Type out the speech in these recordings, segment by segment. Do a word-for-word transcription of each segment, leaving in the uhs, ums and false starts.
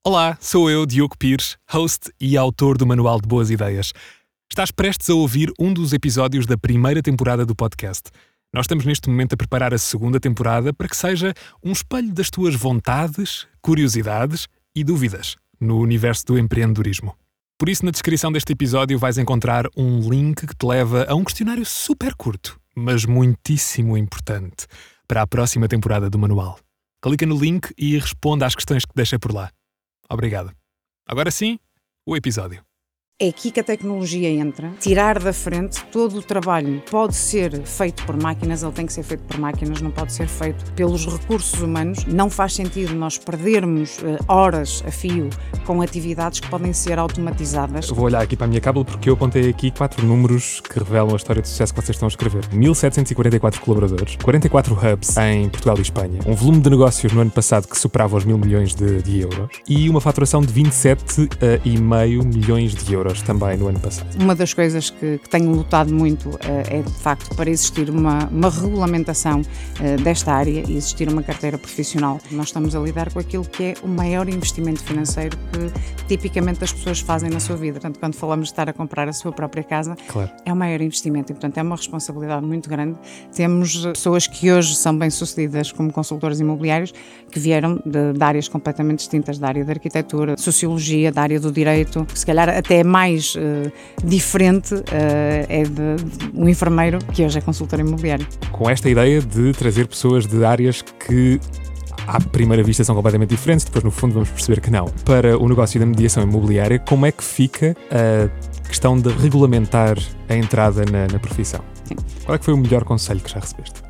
Olá, sou eu, Diogo Pires, host e autor do Manual de Boas Ideias. Estás prestes a ouvir um dos episódios da primeira temporada do podcast. Nós estamos neste momento a preparar a segunda temporada para que seja um espelho das tuas vontades, curiosidades e dúvidas no universo do empreendedorismo. Por isso, na descrição deste episódio vais encontrar um link que te leva a um questionário super curto, mas muitíssimo importante, para a próxima temporada do Manual. Clica no link e responda às questões que deixei por lá. Obrigado. Agora sim, o episódio. É aqui que a tecnologia entra, tirar da frente todo o trabalho. Pode ser feito por máquinas, ele tem que ser feito por máquinas, não pode ser feito pelos recursos humanos. Não faz sentido nós perdermos uh, horas a fio com atividades que podem ser automatizadas. Eu vou olhar aqui para a minha cábula porque eu apontei aqui quatro números que revelam a história de sucesso que vocês estão a escrever. mil setecentos e quarenta e quatro colaboradores, quarenta e quatro hubs em Portugal e Espanha, um volume de negócios no ano passado que superava os mil milhões de, de euros e uma faturação de vinte e sete vírgula cinco milhões de euros também no ano passado. Uma das coisas que, que tenho lutado muito uh, é, de facto, para existir uma, uma regulamentação uh, desta área e existir uma carteira profissional. Nós estamos a lidar com aquilo que é o maior investimento financeiro que tipicamente as pessoas fazem na sua vida. Portanto, quando falamos de estar a comprar a sua própria casa, claro, é o maior investimento e, portanto, é uma responsabilidade muito grande. Temos pessoas que hoje são bem-sucedidas como consultores imobiliários que vieram de, de áreas completamente distintas, da área da arquitetura, sociologia, da área do direito, que se calhar até é mais uh, diferente uh, é de, de um enfermeiro que hoje é consultor imobiliário. Com esta ideia de trazer pessoas de áreas que à primeira vista são completamente diferentes, depois no fundo vamos perceber que não. Para o negócio da mediação imobiliária, como é que fica a questão de regulamentar a entrada na, na profissão? Sim. Qual é que foi o melhor conselho que já recebeste?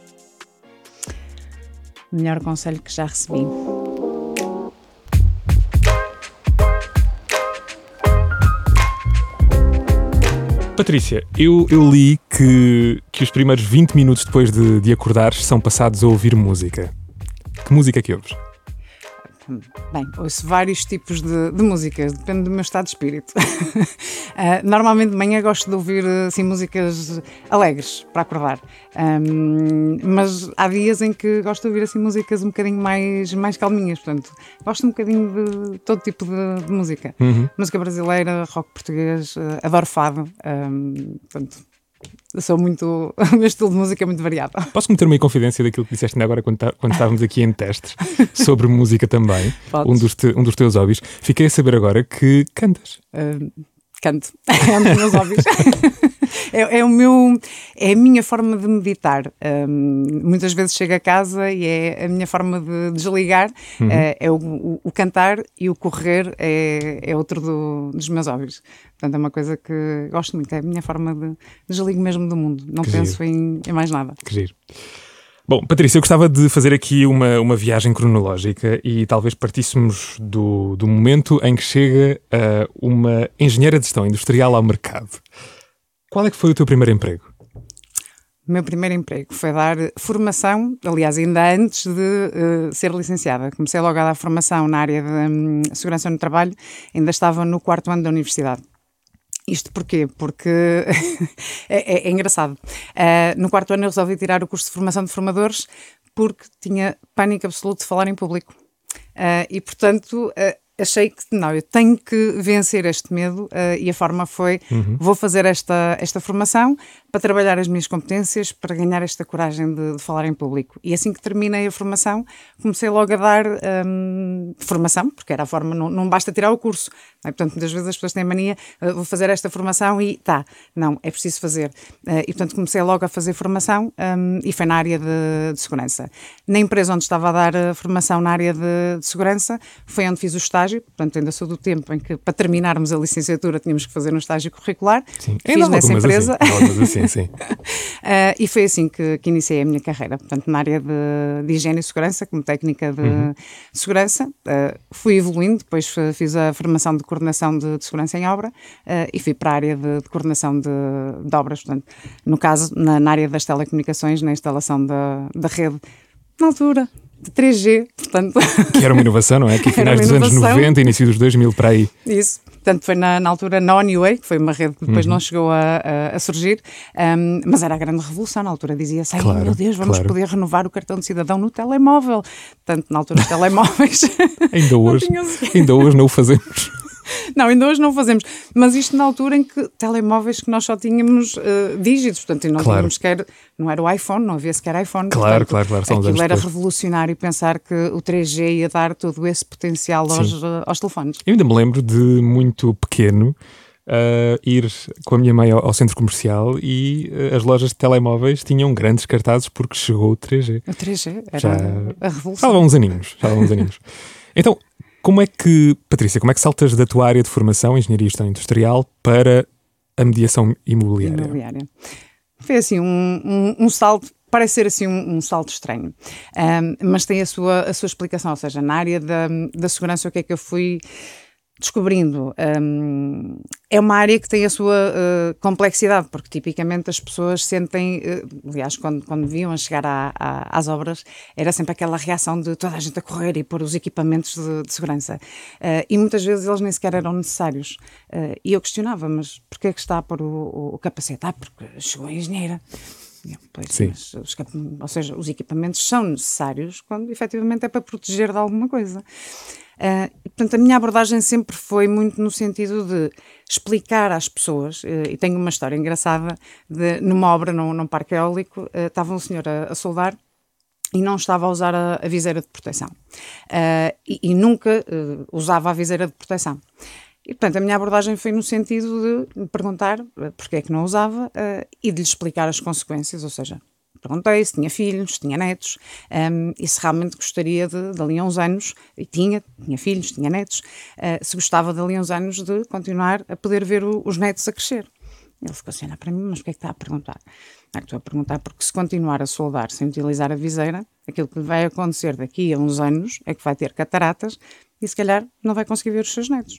O melhor conselho que já recebi? Patrícia, eu, eu li que, que os primeiros vinte minutos depois de, de acordares são passados a ouvir música. Que música é que ouves? Bem, ouço vários tipos de, de músicas, depende do meu estado de espírito. uh, normalmente de manhã gosto de ouvir assim, músicas alegres para acordar, um, mas há dias em que gosto de ouvir assim, músicas um bocadinho mais, mais calminhas, portanto gosto um bocadinho de todo tipo de, de música. Uhum. Música brasileira, rock português, uh, adoro fado, um, portanto... Eu sou muito... O meu estilo de música é muito variado. Posso meter uma confidência daquilo que disseste ainda agora quando, tá, quando estávamos aqui em testes sobre música também, um dos, te, um dos teus hobbies. Fiquei a saber agora que cantas. Uh, canto. É um dos meus hobbies. É, é, o meu, é a minha forma de meditar. Um, muitas vezes chego a casa e é a minha forma de desligar. Uhum. É, é o, o, o cantar e o correr é, é outro do, dos meus hobbies. Portanto, é uma coisa que gosto muito. É a minha forma de desligo mesmo do mundo. Não que penso em, em mais nada. Que giro. Bom, Patrícia, eu gostava de fazer aqui uma, uma viagem cronológica e talvez partíssemos do, do momento em que chega uh, uma engenheira de gestão industrial ao mercado. Qual é que foi o teu primeiro emprego? O meu primeiro emprego foi dar formação, aliás, ainda antes de uh, ser licenciada. Comecei logo a dar formação na área de um, segurança no trabalho, ainda estava no quarto ano da universidade. Isto porquê? Porque é, é, é engraçado. Uh, no quarto ano eu resolvi tirar o curso de formação de formadores porque tinha pânico absoluto de falar em público. Uh, e, portanto... Uh, Achei que, não, eu tenho que vencer este medo uh, e a forma foi, uhum. vou fazer esta, esta formação para trabalhar as minhas competências, para ganhar esta coragem de, de falar em público. E assim que terminei a formação, comecei logo a dar um, formação, porque era a forma, não, não basta tirar o curso. Não é? Portanto, muitas vezes as pessoas têm a mania, uh, vou fazer esta formação e tá, não, é preciso fazer. Uh, e portanto comecei logo a fazer formação um, e foi na área de, de segurança. Na empresa onde estava a dar a formação na área de, de segurança, foi onde fiz o estágio. Portanto, ainda sou do tempo em que, para terminarmos a licenciatura, tínhamos que fazer um estágio curricular. Sim. Fiz ainda nessa empresa. Assim, assim, sim. uh, e foi assim que, que iniciei a minha carreira. Portanto, na área de, de higiene e segurança, como técnica de uhum. segurança. Uh, fui evoluindo, depois fiz a formação de coordenação de, de segurança em obra uh, e fui para a área de, de coordenação de, de obras. Portanto, no caso, na, na área das telecomunicações, na instalação da, da rede, na altura... de três G, portanto... Que era uma inovação, não é? Que finais dos anos noventa, início dos dois mil, para aí. Isso. Portanto, foi na, na altura na Oneway, que foi uma rede que depois uhum. não chegou a, a, a surgir, um, mas era a grande revolução na altura. Dizia-se, claro, meu Deus, vamos claro. poder renovar o cartão de cidadão no telemóvel. Portanto, na altura os telemóveis... ainda, hoje, ainda hoje não o fazemos. Não, ainda hoje não fazemos, mas isto na altura em que telemóveis que nós só tínhamos uh, dígitos, portanto, e não claro. tínhamos sequer, não era o iPhone, não havia sequer iPhone. Claro, portanto, claro, claro. São aquilo era depois. revolucionário pensar que o três G ia dar todo esse potencial aos, uh, aos telefones. Eu ainda me lembro de muito pequeno uh, ir com a minha mãe ao, ao centro comercial e uh, as lojas de telemóveis tinham grandes cartazes porque chegou o três G. O três G era já, a revolução. Já há uns aninhos, já há uns aninhos. Então, como é que, Patrícia, como é que saltas da tua área de formação, Engenharia e Gestão Industrial, para a mediação imobiliária? imobiliária. Foi assim um, um, um salto, parece ser assim um, um salto estranho, um, mas tem a sua, a sua explicação, ou seja, na área da, da segurança o que é que eu fui descobrindo? Um, é uma área que tem a sua uh, complexidade, porque tipicamente as pessoas sentem, uh, aliás, quando, quando viam a chegar à, à, às obras, era sempre aquela reação de toda a gente a correr e pôr os equipamentos de, de segurança. Uh, e muitas vezes eles nem sequer eram necessários. Uh, e eu questionava, mas porquê é que está a pôr o, o, o capacete? Ah, porque chegou a engenheira. Eu, pois, Sim. Mas os, ou seja, os equipamentos são necessários quando efetivamente é para proteger de alguma coisa. Uh, e, portanto, a minha abordagem sempre foi muito no sentido de explicar às pessoas, uh, e tenho uma história engraçada, de, numa obra num, num parque eólico, uh, estava um senhor a, a soldar e não estava a usar a, a viseira de proteção. Uh, e, e nunca uh, usava a viseira de proteção. E, portanto, a minha abordagem foi no sentido de me perguntar uh, porque é que não usava uh, e de lhe explicar as consequências, ou seja, perguntei se tinha filhos, se tinha netos, um, e se realmente gostaria de, dali a uns anos, e tinha, tinha filhos, tinha netos, uh, se gostava dali a uns anos de continuar a poder ver o, os netos a crescer. Ele ficou assim, olha para mim, mas o que é que está a perguntar? Ah, estou a perguntar porque se continuar a soldar sem utilizar a viseira, aquilo que vai acontecer daqui a uns anos é que vai ter cataratas e se calhar não vai conseguir ver os seus netos.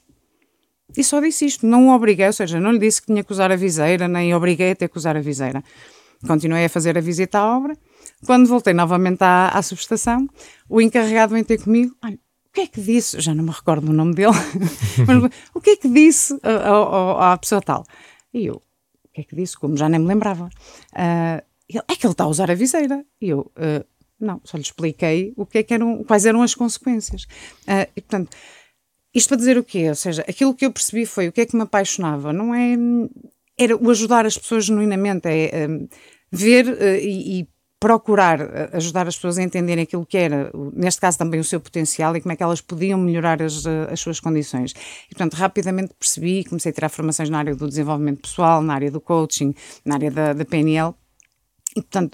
E só disse isto, não o obriguei, ou seja, não lhe disse que tinha que usar a viseira, nem obriguei a ter que usar a viseira. Continuei a fazer a visita à obra. Quando voltei novamente à, à subestação, o encarregado vem ter comigo, olha, o que é que disse? Já não me recordo o nome dele, mas o que é que disse a, a, à pessoa tal? E eu, o que é que disse? Como já nem me lembrava. Uh, ele, é que ele está a usar a viseira. E eu, uh, não, só lhe expliquei o que é que eram, quais eram as consequências. Uh, e portanto, isto para dizer o quê? Ou seja, aquilo que eu percebi foi o que é que me apaixonava, não é... Era o ajudar as pessoas genuinamente, é um, ver uh, e, e procurar uh, ajudar as pessoas a entenderem aquilo que era, uh, neste caso também o seu potencial e como é que elas podiam melhorar as, uh, as suas condições. E, portanto, rapidamente percebi, comecei a tirar formações na área do desenvolvimento pessoal, na área do coaching, na área da, da P N L. E, portanto,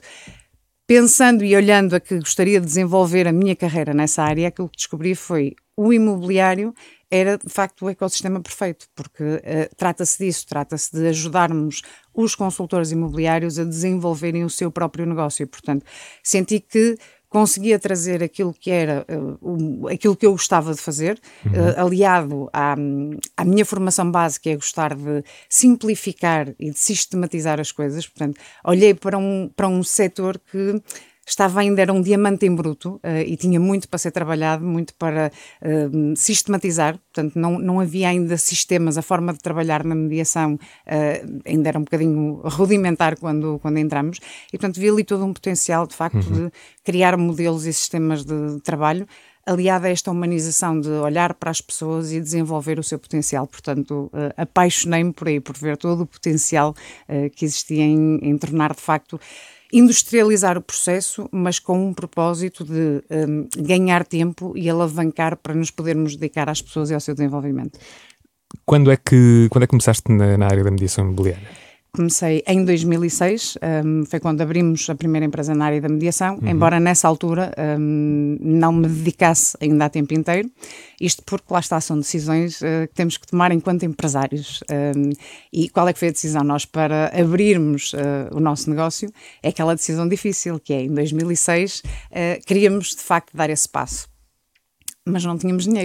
pensando e olhando a que gostaria de desenvolver a minha carreira nessa área, aquilo que descobri foi o imobiliário era, de facto, o ecossistema perfeito, porque uh, trata-se disso, trata-se de ajudarmos os consultores imobiliários a desenvolverem o seu próprio negócio. Portanto, senti que conseguia trazer aquilo que era, uh, um, aquilo que eu gostava de fazer, uhum. uh, aliado à, à minha formação base, que é gostar de simplificar e de sistematizar as coisas. Portanto, olhei para um, para um setor que estava ainda, era um diamante em bruto uh, e tinha muito para ser trabalhado, muito para uh, sistematizar, portanto não, não havia ainda sistemas, a forma de trabalhar na mediação uh, ainda era um bocadinho rudimentar quando, quando entramos e portanto vi ali todo um potencial de facto uhum. de criar modelos e sistemas de trabalho aliada a esta humanização de olhar para as pessoas e desenvolver o seu potencial, portanto uh, apaixonei-me por aí, por ver todo o potencial uh, que existia em, em tornar de facto industrializar o processo, mas com um propósito de um, ganhar tempo e alavancar para nos podermos dedicar às pessoas e ao seu desenvolvimento. Quando é que, quando é que começaste na, na área da mediação imobiliária? Comecei em dois mil e seis, um, foi quando abrimos a primeira empresa na área da mediação, uhum. embora nessa altura um, não me dedicasse ainda a tempo inteiro, isto porque lá está, são decisões uh, que temos que tomar enquanto empresários. Um, e qual é que foi a decisão? Nós, para abrirmos uh, o nosso negócio, é aquela decisão difícil, que é em dois mil e seis, uh, queríamos de facto dar esse passo, mas não tínhamos dinheiro.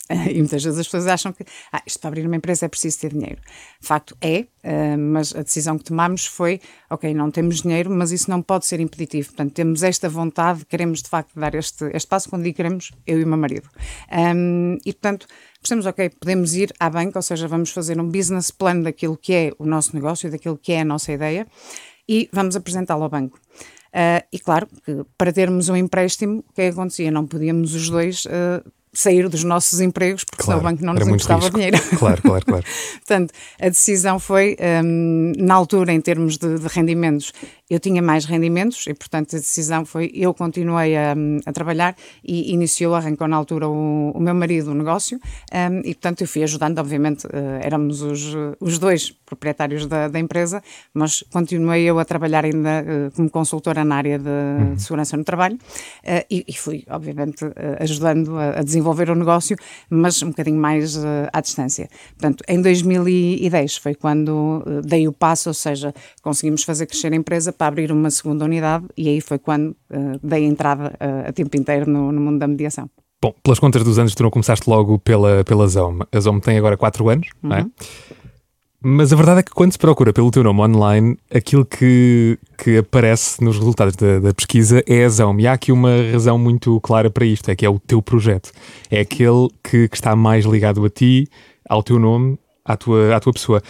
E muitas vezes as pessoas acham que ah, isto para abrir uma empresa é preciso ter dinheiro. De facto é, uh, mas a decisão que tomámos foi, ok, não temos dinheiro, mas isso não pode ser impeditivo. Portanto, temos esta vontade, queremos de facto dar este, este passo. Quando digo queremos, eu e o meu marido. Um, e portanto, pensamos, ok, podemos ir à banca, ou seja, vamos fazer um business plan daquilo que é o nosso negócio, daquilo que é a nossa ideia e vamos apresentá-lo ao banco. Uh, e claro, que para termos um empréstimo, o que é que acontecia? Não podíamos os dois uh, sair dos nossos empregos, porque claro, senão o banco não nos emprestava dinheiro. Claro, claro, claro. Portanto, a decisão foi, um, na altura, em termos de, de rendimentos, eu tinha mais rendimentos e, portanto, a decisão foi, eu continuei a, a trabalhar e iniciou, arrancou na altura o, o meu marido o negócio um, e, portanto, eu fui ajudando, obviamente, uh, éramos os, os dois proprietários da, da empresa, mas continuei eu a trabalhar ainda uh, como consultora na área de, uhum. de segurança no trabalho uh, e, e fui, obviamente, uh, ajudando a, a desenvolver o negócio, mas um bocadinho mais uh, à distância. Portanto, em dois mil e dez foi quando uh, dei o passo, ou seja, conseguimos fazer crescer a empresa para abrir uma segunda unidade e aí foi quando uh, dei entrada uh, a tempo inteiro no, no mundo da mediação. Bom, pelas contas dos anos, tu não começaste logo pela, pela Zome. A Zome tem agora quatro anos, uhum. não é? Mas a verdade é que quando se procura pelo teu nome online, aquilo que, que aparece nos resultados da, da pesquisa é a Zome. E há aqui uma razão muito clara para isto, é que é o teu projeto. É aquele que, que está mais ligado a ti, ao teu nome, à tua, à tua pessoa.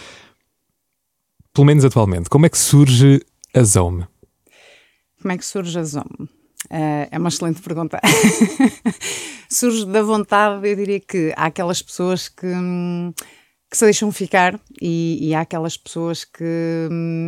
Pelo menos atualmente. Como é que surge a Zome? Como é que surge a Zome? Uh, é uma excelente pergunta. Surge da vontade, eu diria que há aquelas pessoas que... Hum, que se deixam ficar e, e há aquelas pessoas que,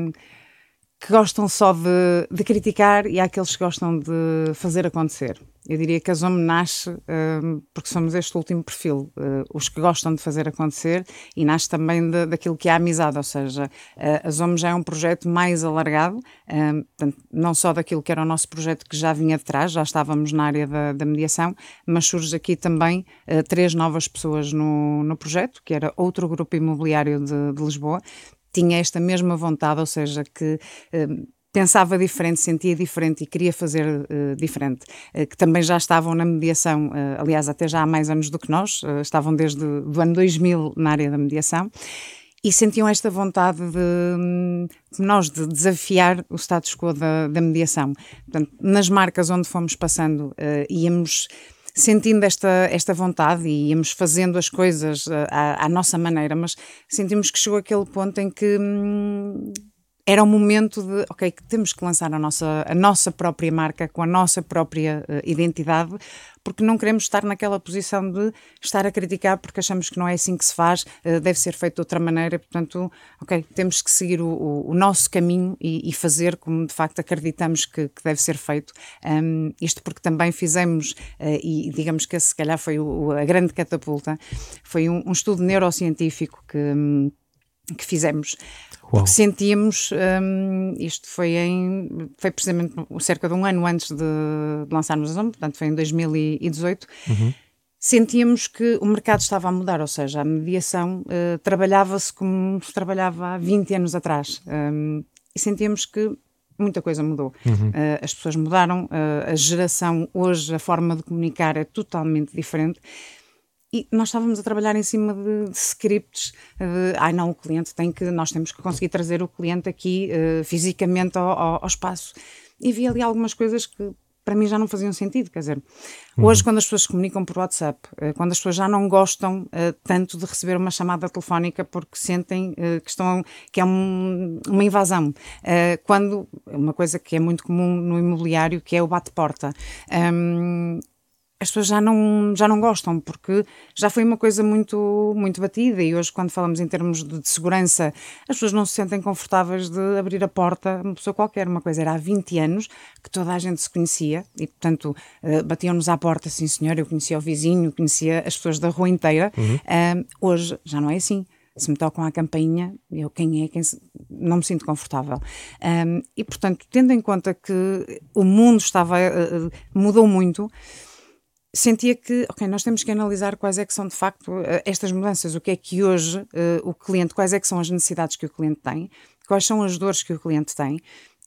que gostam só de, de criticar e há aqueles que gostam de fazer acontecer. Eu diria que a Zome nasce uh, porque somos este último perfil, uh, os que gostam de fazer acontecer e nasce também de, daquilo que é a amizade, ou seja, uh, a Zome já é um projeto mais alargado, uh, portanto, não só daquilo que era o nosso projeto que já vinha de trás, já estávamos na área da, da mediação, mas surge aqui também uh, três novas pessoas no, no projeto, que era outro grupo imobiliário de, de Lisboa, tinha esta mesma vontade, ou seja, que... Uh, pensava diferente, sentia diferente e queria fazer uh, diferente, uh, que também já estavam na mediação, uh, aliás, até já há mais anos do que nós, uh, estavam desde o ano dois mil na área da mediação, e sentiam esta vontade de, de nós, de desafiar o status quo da, da mediação. Portanto, nas marcas onde fomos passando, uh, íamos sentindo esta, esta vontade e íamos fazendo as coisas uh, à, à nossa maneira, mas sentimos que chegou aquele ponto em que... Hum, era o momento de, ok, que temos que lançar a nossa, a nossa própria marca com a nossa própria uh, identidade, porque não queremos estar naquela posição de estar a criticar porque achamos que não é assim que se faz, uh, deve ser feito de outra maneira, portanto, ok, temos que seguir o, o, o nosso caminho e, e fazer como de facto acreditamos que, que deve ser feito. Um, isto porque também fizemos, uh, e digamos que esse, se calhar foi o, a grande catapulta, foi um, um estudo neurocientífico que... Um, que fizemos, Uau. Porque sentíamos, um, isto foi em, foi precisamente cerca de um ano antes de, de lançarmos a Zome, portanto foi em dois mil e dezoito, uhum. Sentíamos que o mercado estava a mudar, ou seja, a mediação uh, trabalhava-se como se trabalhava há vinte anos atrás, um, e sentíamos que muita coisa mudou. Uhum. Uh, as pessoas mudaram, uh, a geração hoje, a forma de comunicar é totalmente diferente. E nós estávamos a trabalhar em cima de, de scripts, de, ai não, o cliente tem que, nós temos que conseguir trazer o cliente aqui uh, fisicamente ao, ao, ao espaço. E vi ali algumas coisas que para mim já não faziam sentido, quer dizer, hoje uhum. quando as pessoas se comunicam por WhatsApp, uh, quando as pessoas já não gostam uh, tanto de receber uma chamada telefónica porque sentem uh, que, estão, que é um, uma invasão, uh, quando, uma coisa que é muito comum no imobiliário, que é o bate-porta, um, as pessoas já não, já não gostam, porque já foi uma coisa muito, muito batida e hoje quando falamos em termos de, de segurança, as pessoas não se sentem confortáveis de abrir a porta a uma pessoa qualquer. Uma coisa era há vinte anos que toda a gente se conhecia e, portanto, uh, batiam-nos à porta, sim senhor, eu conhecia o vizinho, conhecia as pessoas da rua inteira. Uhum. Uh, hoje já não é assim. Se me tocam à campainha, eu quem é, quem se... não me sinto confortável. Um, e, portanto, tendo em conta que o mundo estava, uh, mudou muito, sentia que, ok, nós temos que analisar quais é que são de facto estas mudanças, o que é que hoje uh, o cliente, quais é que são as necessidades que o cliente tem, quais são as dores que o cliente tem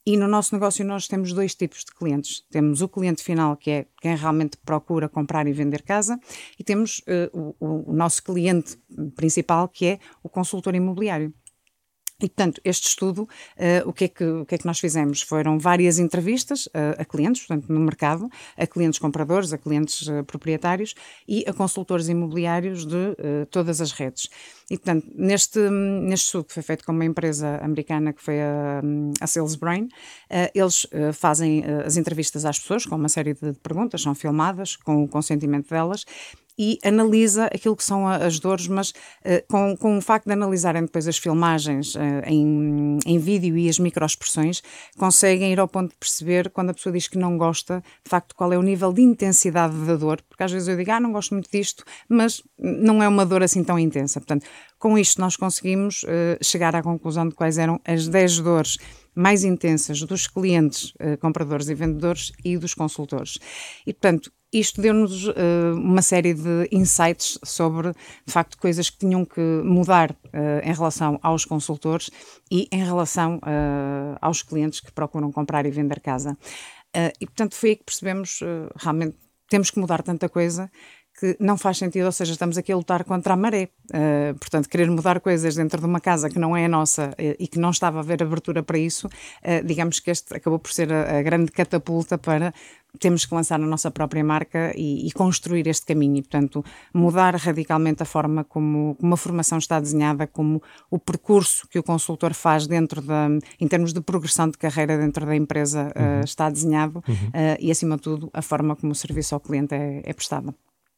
E no nosso negócio nós temos dois tipos de clientes. Temos o cliente final, que é quem realmente procura comprar e vender casa, e temos uh, o, o nosso cliente principal, que é o consultor imobiliário. E, portanto, este estudo, uh, o, que é que, o que é que nós fizemos? Foram várias entrevistas uh, a clientes, portanto, no mercado, a clientes compradores, a clientes uh, proprietários e a consultores imobiliários de uh, todas as redes. E, portanto, neste, neste estudo que foi feito com uma empresa americana que foi a, a SalesBrain, uh, eles uh, fazem uh, as entrevistas às pessoas com uma série de perguntas, são filmadas com o consentimento delas, e analisa aquilo que são as dores, mas uh, com, com o facto de analisarem depois as filmagens uh, em, em vídeo e as microexpressões, conseguem ir ao ponto de perceber quando a pessoa diz que não gosta, de facto, qual é o nível de intensidade da dor, porque às vezes eu digo, ah, não gosto muito disto, mas não é uma dor assim tão intensa. Portanto, com isto nós conseguimos uh, chegar à conclusão de quais eram as dez dores mais intensas dos clientes, uh, compradores e vendedores e dos consultores. E, portanto, isto deu-nos uh, uma série de insights sobre, de facto, coisas que tinham que mudar uh, em relação aos consultores e em relação uh, aos clientes que procuram comprar e vender casa. Uh, e, portanto, foi aí que percebemos, uh, realmente, temos que mudar tanta coisa que não faz sentido, ou seja, estamos aqui a lutar contra a maré. Uh, portanto, querer mudar coisas dentro de uma casa que não é a nossa uh, e que não estava a haver abertura para isso, uh, digamos que este acabou por ser a, a grande catapulta para temos que lançar a nossa própria marca e, e construir este caminho e, portanto, mudar radicalmente a forma como, como a formação está desenhada, como o percurso que o consultor faz dentro da, em termos de progressão de carreira dentro da empresa uhum. uh, está desenhado uhum. uh, e, acima de tudo, a forma como o serviço ao cliente é, é prestado.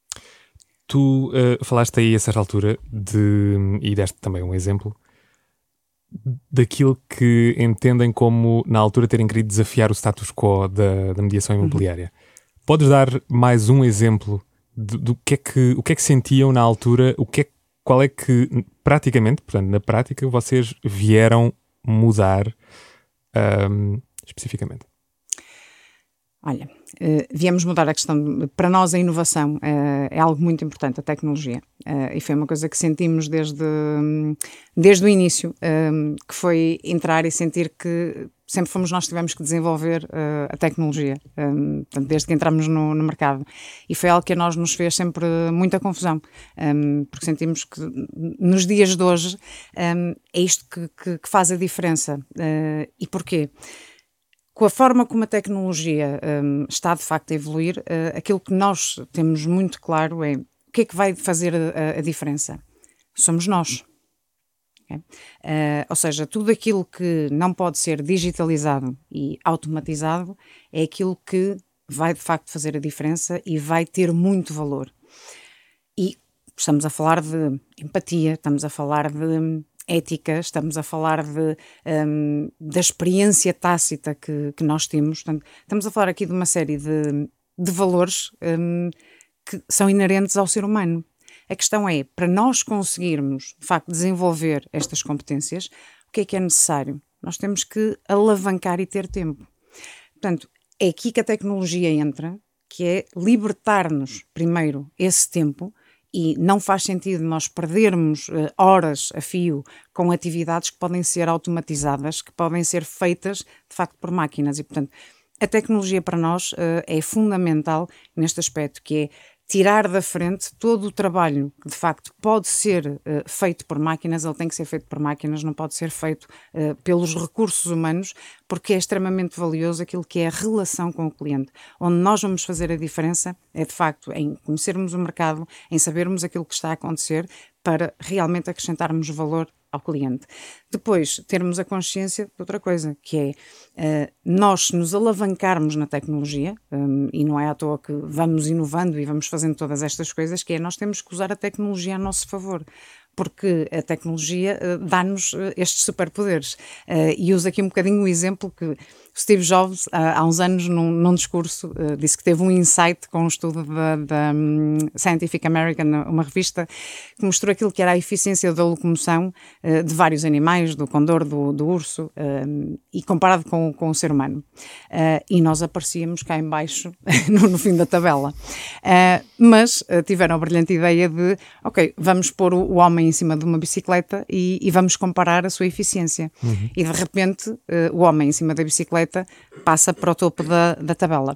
Tu uh, falaste aí a certa altura de, e deste também um exemplo daquilo que entendem como, na altura, terem querido desafiar o status quo da, da mediação imobiliária. Uhum. Podes dar mais um exemplo do, do que é que, o que é que sentiam na altura, o que é, qual é que, praticamente, portanto, na prática, vocês vieram mudar um, especificamente? Olha, uh, viemos mudar a questão, de, para nós a inovação uh, é algo muito importante, a tecnologia, uh, e foi uma coisa que sentimos desde, desde o início, um, que foi entrar e sentir que sempre fomos nós que tivemos que desenvolver uh, a tecnologia, um, portanto, desde que entramos no, no mercado, e foi algo que a nós nos fez sempre muita confusão, um, porque sentimos que nos dias de hoje um, é isto que, que, que faz a diferença. Uh, e porquê? Com a forma como a tecnologia um, está de facto a evoluir, uh, aquilo que nós temos muito claro é o que é que vai fazer a, a diferença? Somos nós. Okay? Uh, ou seja, tudo aquilo que não pode ser digitalizado e automatizado é aquilo que vai de facto fazer a diferença e vai ter muito valor. E estamos a falar de empatia, estamos a falar de ética, estamos a falar de, um, da experiência tácita que, que nós temos. Portanto, estamos a falar aqui de uma série de, de valores um, que são inerentes ao ser humano. A questão é, para nós conseguirmos, de facto, desenvolver estas competências, o que é que é necessário? Nós temos que alavancar e ter tempo. Portanto, é aqui que a tecnologia entra, que é libertar-nos, primeiro, esse tempo. E não faz sentido nós perdermos uh, horas a fio com atividades que podem ser automatizadas, que podem ser feitas, de facto, por máquinas. E, portanto, a tecnologia para nós uh, é fundamental neste aspecto, que é tirar da frente todo o trabalho que, de facto, pode ser uh, feito por máquinas. Ele tem que ser feito por máquinas, não pode ser feito uh, pelos recursos humanos, porque é extremamente valioso aquilo que é a relação com o cliente. Onde nós vamos fazer a diferença é, de facto, em conhecermos o mercado, em sabermos aquilo que está a acontecer, para realmente acrescentarmos valor ao cliente. Depois, termos a consciência de outra coisa, que é uh, nós nos alavancarmos na tecnologia, um, e não é à toa que vamos inovando e vamos fazendo todas estas coisas, que é nós temos que usar a tecnologia a nosso favor, porque a tecnologia uh, dá-nos uh, estes superpoderes. Uh, e uso aqui um bocadinho o exemplo que Steve Jobs, uh, há uns anos, num, num discurso, uh, disse que teve um insight com um estudo da, da um, Scientific American, uma revista, que mostrou aquilo que era a eficiência da locomoção uh, de vários animais, do condor, do, do urso, uh, e comparado com, com o ser humano. Uh, e nós aparecíamos cá em baixo, no, no fim da tabela. Uh, mas uh, tiveram a brilhante ideia de, ok, vamos pôr o, o homem em cima de uma bicicleta e, e vamos comparar a sua eficiência. Uhum. E de repente, uh, o homem em cima da bicicleta atleta passa para o topo da, da tabela.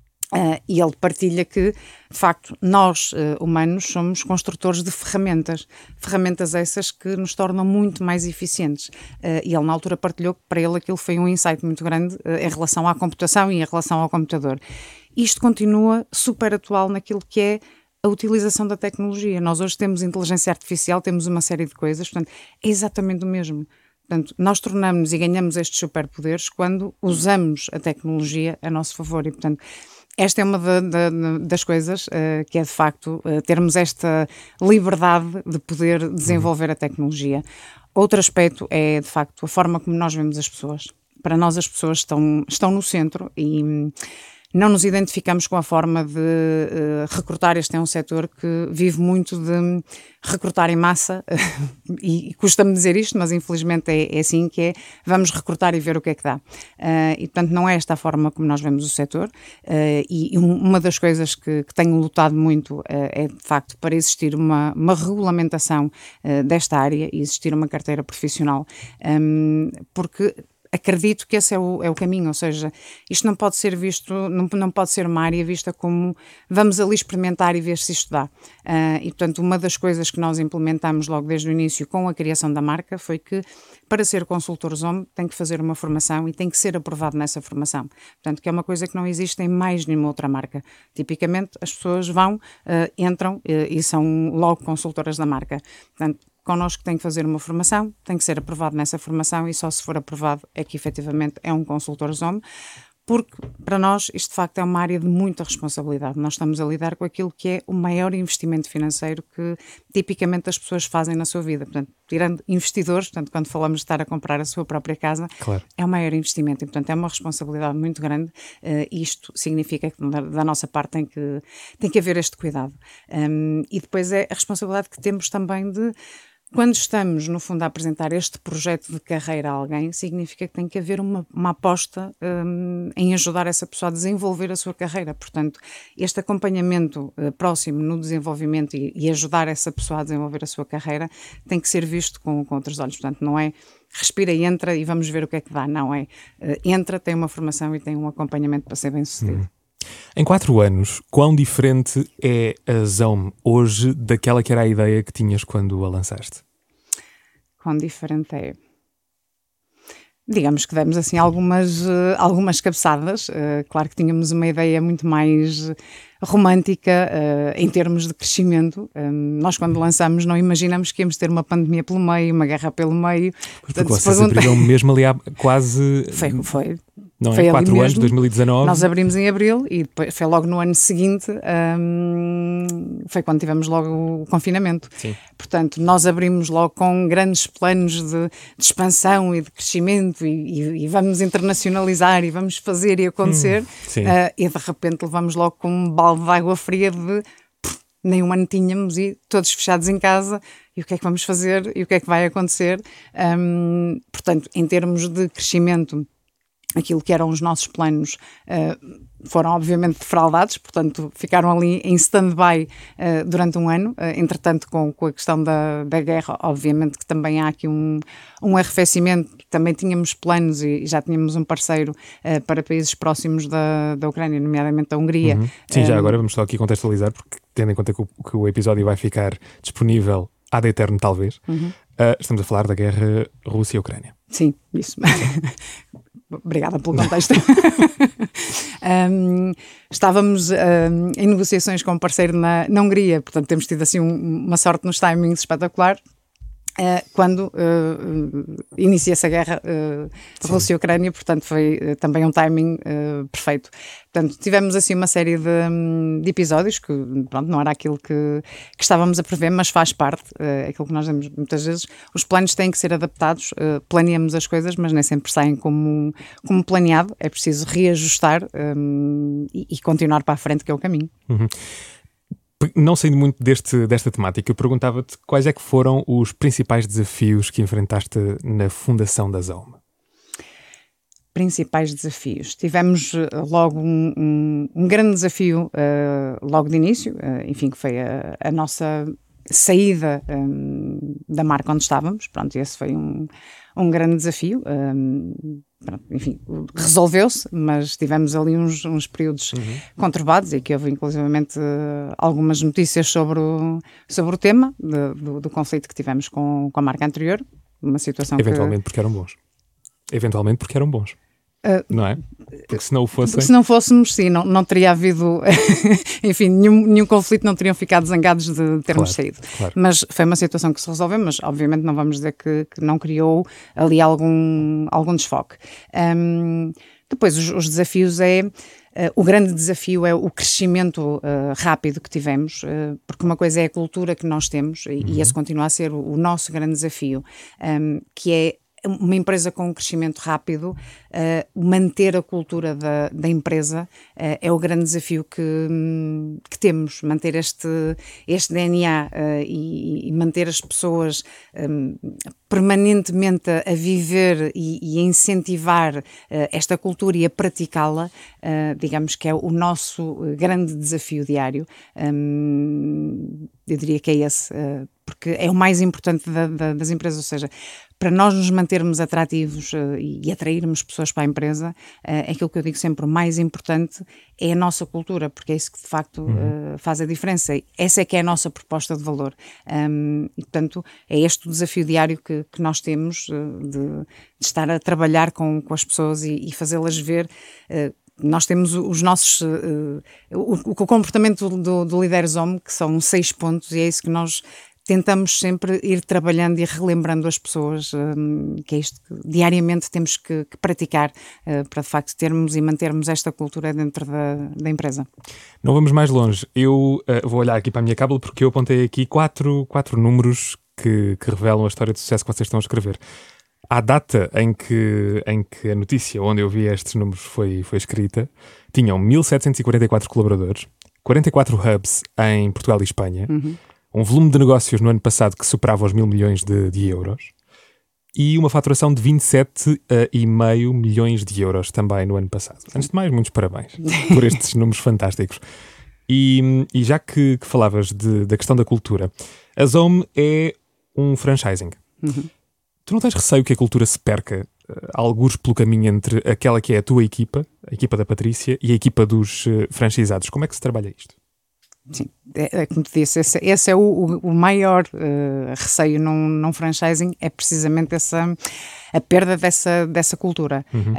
Uh, e ele partilha que, de facto, nós, uh, humanos, somos construtores de ferramentas. Ferramentas essas que nos tornam muito mais eficientes. Uh, e ele, na altura, partilhou que para ele aquilo foi um insight muito grande uh, em relação à computação e em relação ao computador. Isto continua super atual naquilo que é a utilização da tecnologia. Nós hoje temos inteligência artificial, temos uma série de coisas, portanto, é exatamente o mesmo. Portanto, nós tornamos e ganhamos estes superpoderes quando usamos a tecnologia a nosso favor e, portanto, esta é uma da, da, das coisas uh, que é, de facto, uh, termos esta liberdade de poder desenvolver a tecnologia. Outro aspecto é, de facto, a forma como nós vemos as pessoas. Para nós as pessoas estão, estão no centro e hum, não nos identificamos com a forma de uh, recrutar. Este é um setor que vive muito de recrutar em massa e, e custa-me dizer isto, mas infelizmente é, é assim que é, vamos recrutar e ver o que é que dá. Uh, e portanto não é esta a forma como nós vemos o setor uh, e, e uma das coisas que, que tenho lutado muito uh, é de facto para existir uma, uma regulamentação uh, desta área e existir uma carteira profissional, um, porque acredito que esse é o, é o caminho, ou seja, isto não pode ser visto, não, não pode ser uma área vista como vamos ali experimentar e ver se isto dá. Uh, e portanto uma das coisas que nós implementamos logo desde o início com a criação da marca foi que para ser consultor Zoom tem que fazer uma formação e tem que ser aprovado nessa formação. Portanto, que é uma coisa que não existe em mais nenhuma outra marca. Tipicamente as pessoas vão, uh, entram uh, e são logo consultoras da marca. Portanto, connosco tem que fazer uma formação, tem que ser aprovado nessa formação e só se for aprovado é que efetivamente é um consultor Zoom, porque para nós isto de facto é uma área de muita responsabilidade. Nós estamos a lidar com aquilo que é o maior investimento financeiro que tipicamente as pessoas fazem na sua vida. Portanto, tirando investidores, portanto, quando falamos de estar a comprar a sua própria casa, claro, é o maior investimento e portanto é uma responsabilidade muito grande. Uh, isto significa que da, da nossa parte tem que, tem que haver este cuidado. Um, e depois é a responsabilidade que temos também de quando estamos, no fundo, a apresentar este projeto de carreira a alguém, significa que tem que haver uma, uma aposta um, em ajudar essa pessoa a desenvolver a sua carreira. Portanto, este acompanhamento uh, próximo no desenvolvimento e, e ajudar essa pessoa a desenvolver a sua carreira tem que ser visto com, com outros olhos. Portanto, não é respira e entra e vamos ver o que é que dá. Não é uh, entra, tem uma formação e tem um acompanhamento para ser bem sucedido. Hum. Em quatro anos, quão diferente é a Zoom hoje daquela que era a ideia que tinhas quando a lançaste? Quão diferente é? Digamos que demos assim algumas, uh, algumas cabeçadas. Uh, claro que tínhamos uma ideia muito mais romântica uh, em termos de crescimento. Um, nós quando lançamos não imaginamos que íamos ter uma pandemia pelo meio, uma guerra pelo meio. Portanto, vocês pergunta... abriram mesmo ali há quase... Foi, foi. Não foi é? Quatro anos, dois mil e dezanove. Nós abrimos em abril e depois foi logo no ano seguinte, um, foi quando tivemos logo o confinamento. Sim. Portanto, nós abrimos logo com grandes planos de, de expansão e de crescimento e, e, e vamos internacionalizar e vamos fazer e acontecer. Hum, uh, e de repente levamos logo com um balde de água fria de pff, nem um ano tínhamos e todos fechados em casa. E o que é que vamos fazer e o que é que vai acontecer? Um, portanto, em termos de crescimento, aquilo que eram os nossos planos uh, foram obviamente defraudados, portanto ficaram ali em stand-by uh, durante um ano, uh, entretanto com, com a questão da, da guerra, obviamente que também há aqui um, um arrefecimento, também tínhamos planos e já tínhamos um parceiro uh, para países próximos da, da Ucrânia, nomeadamente a Hungria. Uhum. Sim, uh, já agora vamos só aqui contextualizar, porque tendo em conta que o, que o episódio vai ficar disponível ad eterno talvez, uhum. uh, estamos a falar da guerra Rússia-Ucrânia. Sim, isso. Obrigada pelo contexto. um, estávamos um, em negociações com um parceiro na, na Hungria, portanto temos tido assim um, uma sorte nos timings espetacular. Uh, quando uh, inicia-se a guerra uh, Rússia-Ucrânia, portanto foi uh, também um timing uh, perfeito. Portanto, tivemos assim uma série de, de episódios que pronto, não era aquilo que, que estávamos a prever, mas faz parte, uh, aquilo que nós vemos muitas vezes, os planos têm que ser adaptados, uh, planeamos as coisas, mas nem sempre saem como, como planeado, é preciso reajustar um, e, e continuar para a frente, que é o caminho. Uhum. Não saindo muito deste, desta temática, eu perguntava-te quais é que foram os principais desafios que enfrentaste na fundação da Zoom? Principais desafios. Tivemos logo um, um, um grande desafio uh, logo de início, uh, enfim, que foi a, a nossa saída um, da marca onde estávamos. Pronto, esse foi um, um grande desafio. Um, Pronto, enfim, resolveu-se, mas tivemos ali uns, uns períodos uhum. conturbados e que houve inclusivamente algumas notícias sobre o, sobre o tema de, do, do conflito que tivemos com, com a marca anterior, uma situação Eventualmente que... porque eram bons. Eventualmente porque eram bons. Uh, não é? Porque se não o fossem... Se não fôssemos, sim, não, não teria havido, enfim, nenhum, nenhum conflito, não teriam ficado zangados de termos claro, saído. Claro. Mas foi uma situação que se resolveu, mas obviamente não vamos dizer que, que não criou ali algum, algum desfoque. Um, depois, os, os desafios é... Uh, o grande desafio é o crescimento uh, rápido que tivemos, uh, porque uma coisa é a cultura que nós temos, e, uhum. e esse continua a ser o, o nosso grande desafio, um, que é uma empresa com um crescimento rápido, uh, manter a cultura da, da empresa uh, é o grande desafio que, que temos, manter este, este D N A uh, e, e manter as pessoas um, permanentemente a, a viver e, e a incentivar uh, esta cultura e a praticá-la, uh, digamos que é o nosso grande desafio diário. Um, eu diria que é esse, uh, porque é o mais importante da, da, das empresas, ou seja, para nós nos mantermos atrativos uh, e atrairmos pessoas para a empresa, uh, é aquilo que eu digo sempre, o mais importante é a nossa cultura, porque é isso que de facto uhum. uh, faz a diferença. Essa é que é a nossa proposta de valor. Um, e portanto é este o desafio diário que, que nós temos uh, de, de estar a trabalhar com, com as pessoas e, e fazê-las ver. Uh, Nós temos os nossos, uh, o, o comportamento do, do Líderes Home, que são seis pontos, e é isso que nós tentamos sempre ir trabalhando e relembrando as pessoas, um, que é isto que diariamente temos que, que praticar uh, para de facto termos e mantermos esta cultura dentro da, da empresa. Não vamos mais longe. Eu uh, vou olhar aqui para a minha cábula porque eu apontei aqui quatro, quatro números que, que revelam a história de sucesso que vocês estão a escrever. À data em que, em que a notícia onde eu vi estes números foi, foi escrita, tinham mil setecentos e quarenta e quatro colaboradores, quarenta e quatro hubs em Portugal e Espanha, uhum. um volume de negócios no ano passado que superava os mil milhões de, de euros e uma faturação de vinte e sete vírgula cinco milhões de euros também no ano passado. Antes de mais, muitos parabéns por estes números fantásticos. E, e já que, que falavas de, da questão da cultura, a Zome é um franchising. Uhum. Tu não tens receio que a cultura se perca, uh, algures pelo caminho entre aquela que é a tua equipa, a equipa da Patrícia, e a equipa dos uh, franchisados? Como é que se trabalha isto? Sim, é, é, como te disse, esse, esse é o, o, o maior uh, receio num, num franchising, é precisamente essa, a perda dessa, dessa cultura. Uhum.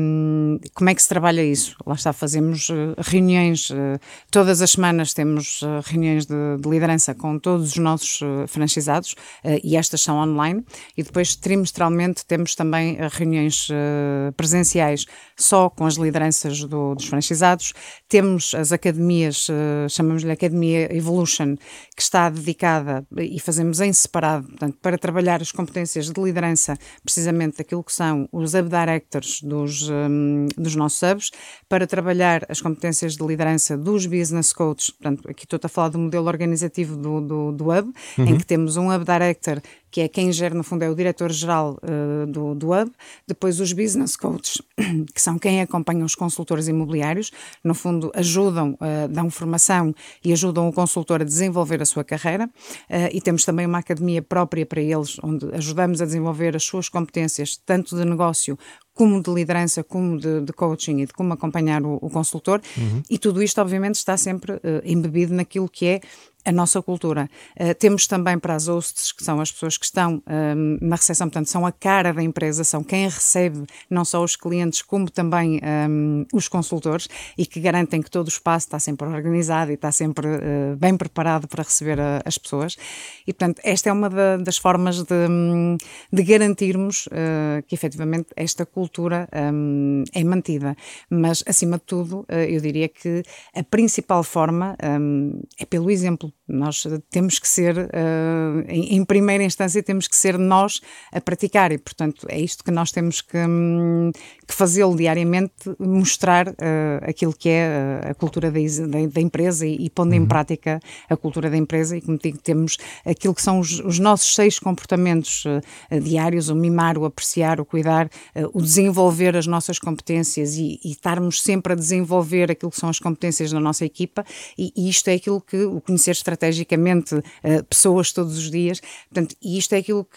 Um, como é que se trabalha isso? Lá está, fazemos uh, reuniões, uh, todas as semanas temos uh, reuniões de, de liderança com todos os nossos uh, franchisados, uh, e estas são online, e depois trimestralmente temos também uh, reuniões uh, presenciais só com as lideranças do, dos franchisados. Temos as academias, uh, chamamos-lhe Academia Evolution, que está dedicada, e fazemos em separado, portanto, para trabalhar as competências de liderança, precisamente daquilo que são os Hub Directors dos, um, dos nossos hubs, para trabalhar as competências de liderança dos Business Coaches. Portanto, aqui estou a falar do modelo organizativo do, do, do Hub, uhum. em que temos um Hub Director, que é quem gera, no fundo, é o diretor-geral uh, do, do Hub, depois os Business Coaches, que são quem acompanham os consultores imobiliários, no fundo ajudam, uh, dão formação e ajudam o consultor a desenvolver a sua carreira, uh, e temos também uma academia própria para eles, onde ajudamos a desenvolver as suas competências, tanto de negócio como de liderança, como de, de coaching e de como acompanhar o, o consultor, uhum. e tudo isto obviamente está sempre uh, embebido naquilo que é a nossa cultura. Uh, temos também para as hosts, que são as pessoas que estão um, na recepção, portanto são a cara da empresa, são quem recebe não só os clientes como também um, os consultores, e que garantem que todo o espaço está sempre organizado e está sempre uh, bem preparado para receber a, as pessoas. E portanto esta é uma da, das formas de, de garantirmos uh, que efetivamente esta cultura um, é mantida. Mas acima de tudo uh, eu diria que a principal forma um, é pelo exemplo. Nós temos que ser, uh, em, em primeira instância, temos que ser nós a praticar, e, portanto, é isto que nós temos que, um, que fazê-lo diariamente, mostrar uh, aquilo que é a cultura da, da, da empresa e, e pondo uhum. em prática a cultura da empresa. E, como digo, temos aquilo que são os, os nossos seis comportamentos uh, diários: o mimar, o apreciar, o cuidar, uh, o desenvolver as nossas competências e, e estarmos sempre a desenvolver aquilo que são as competências da nossa equipa, e, e isto é aquilo que o conhecer estrategicamente uh, pessoas todos os dias, portanto, e isto é aquilo que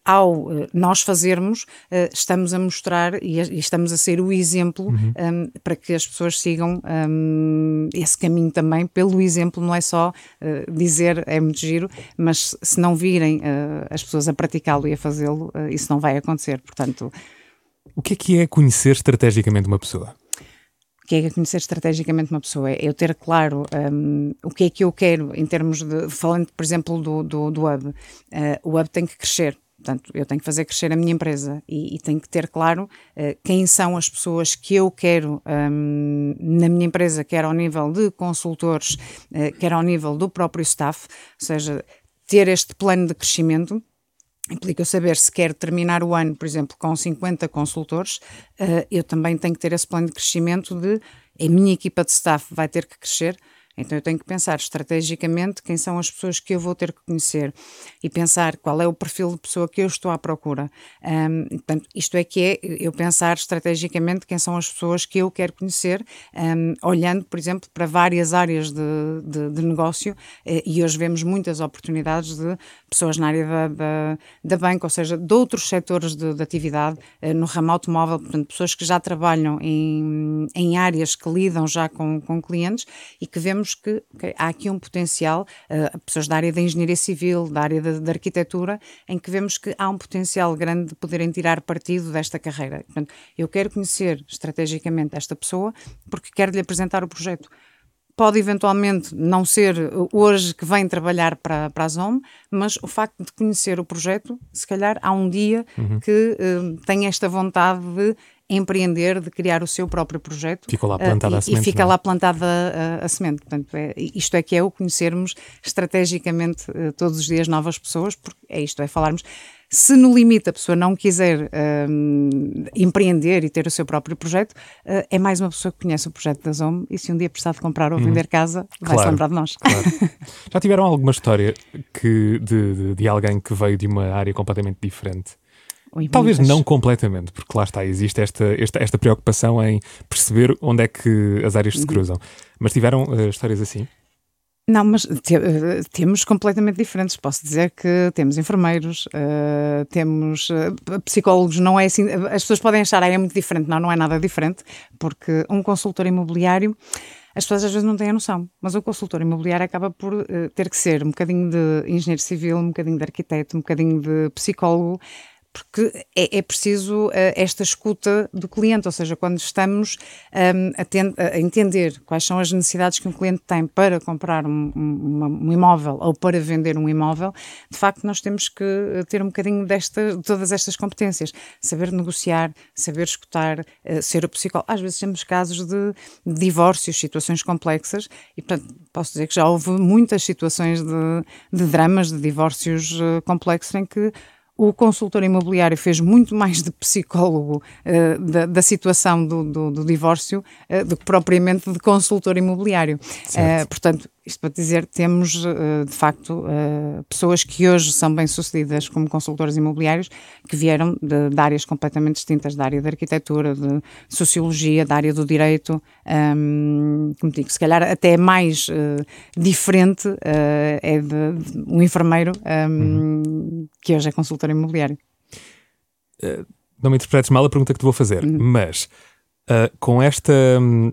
ao uh, nós fazermos, uh, estamos a mostrar e, e estamos a ser o exemplo uhum. um, para que as pessoas sigam um, esse caminho também. Pelo exemplo, não é só uh, dizer é muito giro, mas se não virem uh, as pessoas a praticá-lo e a fazê-lo, uh, isso não vai acontecer. Portanto, o que é que é conhecer estrategicamente uma pessoa? O que é que é conhecer estrategicamente uma pessoa? É eu ter claro um, o que é que eu quero em termos de, falando por exemplo do, do, do hub, uh, o hub tem que crescer, portanto eu tenho que fazer crescer a minha empresa e, e tenho que ter claro uh, quem são as pessoas que eu quero um, na minha empresa, quer ao nível de consultores, uh, quer ao nível do próprio staff, ou seja, ter este plano de crescimento. Implica eu saber se quero terminar o ano, por exemplo, com cinquenta consultores, uh, eu também tenho que ter esse plano de crescimento de a minha equipa de staff vai ter que crescer, então eu tenho que pensar estrategicamente quem são as pessoas que eu vou ter que conhecer e pensar qual é o perfil de pessoa que eu estou à procura. Um, portanto, isto é que é eu pensar estrategicamente quem são as pessoas que eu quero conhecer, um, olhando, por exemplo, para várias áreas de, de, de negócio, uh, e hoje vemos muitas oportunidades de pessoas na área da, da, da banca, ou seja, de outros setores de, de atividade, uh, no ramo automóvel, portanto, pessoas que já trabalham em, em áreas que lidam já com, com clientes e que vemos que okay, há aqui um potencial, uh, pessoas da área da engenharia civil, da área da, da arquitetura, em que vemos que há um potencial grande de poderem tirar partido desta carreira. Portanto, eu quero conhecer estrategicamente esta pessoa porque quero lhe apresentar o projeto. Pode eventualmente não ser hoje que vem trabalhar para, para a Zoom, mas o facto de conhecer o projeto, se calhar há um dia uhum. que uh, tem esta vontade de empreender, de criar o seu próprio projeto. Ficou lá plantada uh, e, a semente. E fica não? lá plantada a, a semente. Portanto, é, isto é que é o conhecermos estrategicamente uh, todos os dias novas pessoas, porque é isto, é falarmos. Se no limite a pessoa não quiser um, empreender e ter o seu próprio projeto, uh, é mais uma pessoa que conhece o projeto da Zoom e se um dia precisar de comprar ou vender hum, casa, vai claro, se lembrar de nós. Claro. Já tiveram alguma história que, de, de, de alguém que veio de uma área completamente diferente? Oi, Talvez muitas. não completamente, porque lá está, existe esta, esta, esta preocupação em perceber onde é que as áreas se cruzam. Uhum. Mas tiveram uh, histórias assim? Não, mas te, uh, temos completamente diferentes. Posso dizer que temos enfermeiros, uh, temos uh, psicólogos, não é assim. As pessoas podem achar, ah, é muito diferente. Não, não é nada diferente, porque um consultor imobiliário, as pessoas às vezes não têm a noção, mas o consultor imobiliário acaba por uh, ter que ser um bocadinho de engenheiro civil, um bocadinho de arquiteto, um bocadinho de psicólogo, porque é, é preciso uh, esta escuta do cliente, ou seja, quando estamos um, a, ten- a entender quais são as necessidades que um cliente tem para comprar um, um, um imóvel ou para vender um imóvel, de facto nós temos que ter um bocadinho desta, de todas estas competências, saber negociar, saber escutar, uh, ser o psicólogo. Às vezes temos casos de, de divórcios, situações complexas e, portanto, posso dizer que já houve muitas situações de, de dramas, de divórcios uh, complexos em que o consultor imobiliário fez muito mais de psicólogo uh, da, da situação do, do, do divórcio uh, do que propriamente de consultor imobiliário. Uh, portanto, isto para dizer, temos uh, de facto uh, pessoas que hoje são bem-sucedidas como consultores imobiliários que vieram de, de áreas completamente distintas, da área da arquitetura, de sociologia, da área do direito, um, como digo, se calhar até mais uh, diferente uh, é de, de um enfermeiro um, uhum. que hoje é consultor imobiliário. Uh, não me interpretes mal a pergunta que te vou fazer, uhum. mas uh, com esta um,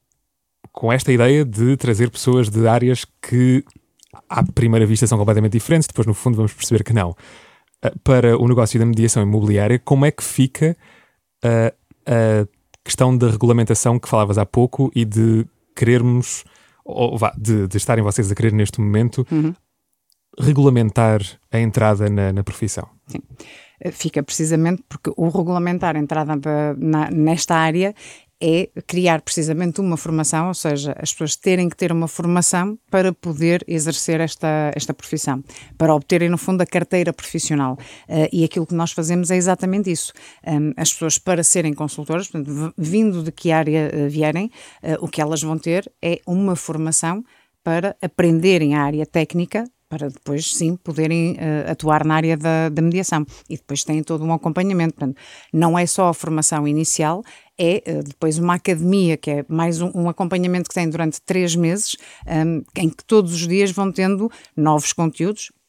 com esta ideia de trazer pessoas de áreas que à primeira vista são completamente diferentes, depois no fundo vamos perceber que não, uh, para o negócio da mediação imobiliária, como é que fica uh, a questão da regulamentação que falavas há pouco e de querermos, ou vá, de, de estarem vocês a querer neste momento uhum. regulamentar a entrada na, na profissão? Sim. Fica precisamente porque o regulamentar a entrada de, na, nesta área é criar precisamente uma formação, ou seja, as pessoas terem que ter uma formação para poder exercer esta, esta profissão, para obterem no fundo a carteira profissional. Uh, e aquilo que nós fazemos é exatamente isso. Um, as pessoas para serem consultoras, portanto, vindo de que área uh, vierem, uh, o que elas vão ter é uma formação para aprenderem a área técnica, para depois sim poderem uh, atuar na área da, da mediação. E depois têm todo um acompanhamento. Portanto, não é só a formação inicial, é uh, depois uma academia, que é mais um, um acompanhamento que tem durante três meses, um, em que todos os dias vão tendo novos conteúdos,